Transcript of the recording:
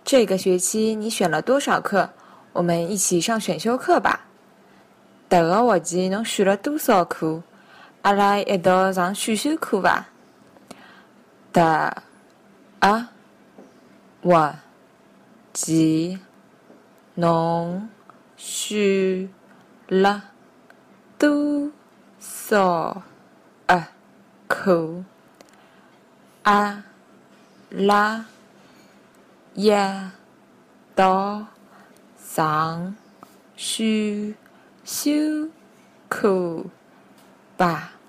这个学期你选了多少课？我们一起上选修课吧。迭个学期侬选了多少课？阿拉一道上选修课吧。迭个学期侬选了多少课？阿拉一道上选修课吧。